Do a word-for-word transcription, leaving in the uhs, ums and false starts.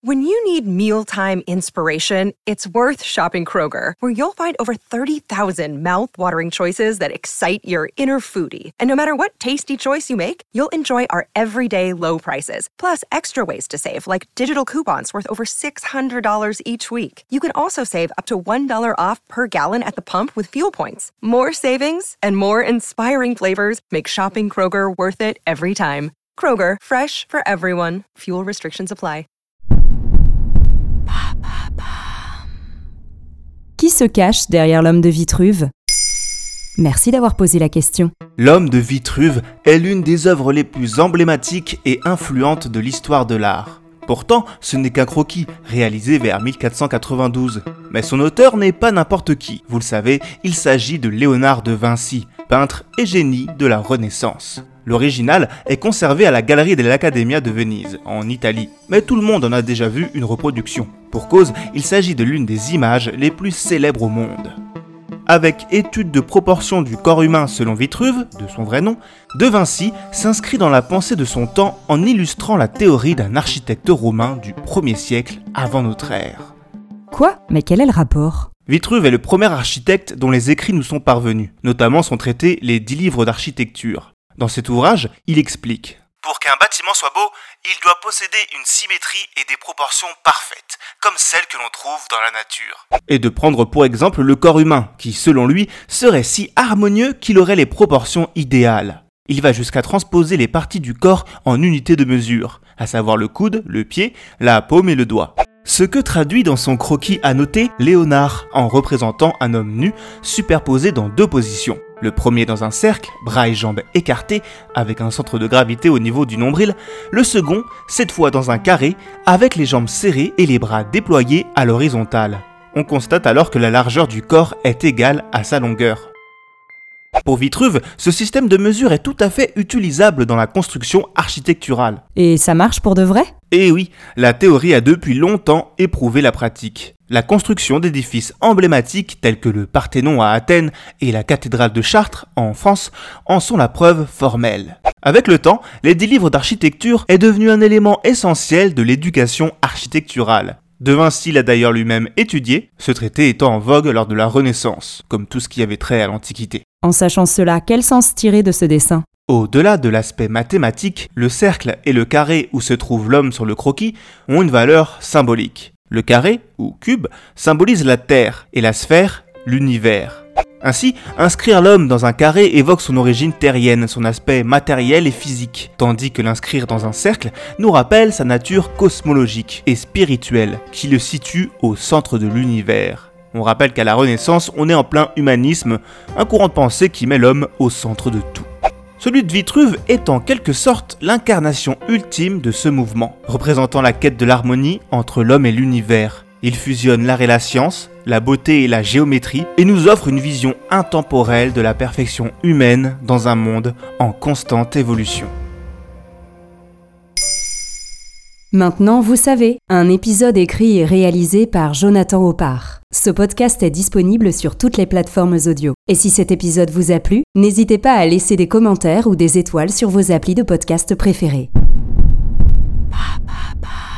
When you need mealtime inspiration, it's worth shopping Kroger, where you'll find over thirty thousand mouth-watering choices that excite your inner foodie. And no matter what tasty choice you make, you'll enjoy our everyday low prices, plus extra ways to save, like digital coupons worth over six hundred dollars each week. You can also save up to one dollar off per gallon at the pump with fuel points. More savings and more inspiring flavors make shopping Kroger worth it every time. Kroger, fresh for everyone. Fuel restrictions apply. Qui se cache derrière l'homme de Vitruve ? Merci d'avoir posé la question. L'homme de Vitruve est l'une des œuvres les plus emblématiques et influentes de l'histoire de l'art. Pourtant, ce n'est qu'un croquis, réalisé vers mille quatre cent quatre-vingt-douze. Mais son auteur n'est pas n'importe qui. Vous le savez, il s'agit de Léonard de Vinci, peintre et génie de la Renaissance. L'original est conservé à la Galerie dell'Accademia de Venise, en Italie. Mais tout le monde en a déjà vu une reproduction. Pour cause, il s'agit de l'une des images les plus célèbres au monde. Avec étude de proportion du corps humain selon Vitruve, de son vrai nom, De Vinci s'inscrit dans la pensée de son temps en illustrant la théorie d'un architecte romain du premier siècle avant notre ère. Quoi ? Mais quel est le rapport ? Vitruve est le premier architecte dont les écrits nous sont parvenus, notamment son traité Les dix livres d'architecture. Dans cet ouvrage, il explique « Pour qu'un bâtiment soit beau, il doit posséder une symétrie et des proportions parfaites, comme celles que l'on trouve dans la nature. » Et de prendre pour exemple le corps humain, qui, selon lui, serait si harmonieux qu'il aurait les proportions idéales. Il va jusqu'à transposer les parties du corps en unités de mesure, à savoir le coude, le pied, la paume et le doigt. Ce que traduit dans son croquis annoté Léonard, en représentant un homme nu superposé dans deux positions. Le premier dans un cercle, bras et jambes écartés, avec un centre de gravité au niveau du nombril. Le second, cette fois dans un carré, avec les jambes serrées et les bras déployés à l'horizontale. On constate alors que la largeur du corps est égale à sa longueur. Pour Vitruve, ce système de mesure est tout à fait utilisable dans la construction architecturale. Et ça marche pour de vrai ? Eh oui, la théorie a depuis longtemps éprouvé la pratique. La construction d'édifices emblématiques tels que le Parthénon à Athènes et la cathédrale de Chartres, en France, en sont la preuve formelle. Avec le temps, les dix livres d'architecture est devenu un élément essentiel de l'éducation architecturale. De Vinci l'a d'ailleurs lui-même étudié, ce traité étant en vogue lors de la Renaissance, comme tout ce qui avait trait à l'Antiquité. En sachant cela, quel sens tirer de ce dessin ? Au-delà de l'aspect mathématique, le cercle et le carré où se trouve l'homme sur le croquis ont une valeur symbolique. Le carré, ou cube, symbolise la Terre et la sphère, l'univers. Ainsi, inscrire l'homme dans un carré évoque son origine terrienne, son aspect matériel et physique, tandis que l'inscrire dans un cercle nous rappelle sa nature cosmologique et spirituelle, qui le situe au centre de l'univers. On rappelle qu'à la Renaissance, on est en plein humanisme, un courant de pensée qui met l'homme au centre de tout. Celui de Vitruve est en quelque sorte l'incarnation ultime de ce mouvement, représentant la quête de l'harmonie entre l'homme et l'univers. Il fusionne l'art et la science, la beauté et la géométrie, et nous offre une vision intemporelle de la perfection humaine dans un monde en constante évolution. Maintenant, vous savez, un épisode écrit et réalisé par Jonathan Oppard. Ce podcast est disponible sur toutes les plateformes audio. Et si cet épisode vous a plu, n'hésitez pas à laisser des commentaires ou des étoiles sur vos applis de podcast préférés. Pa, pa, pa.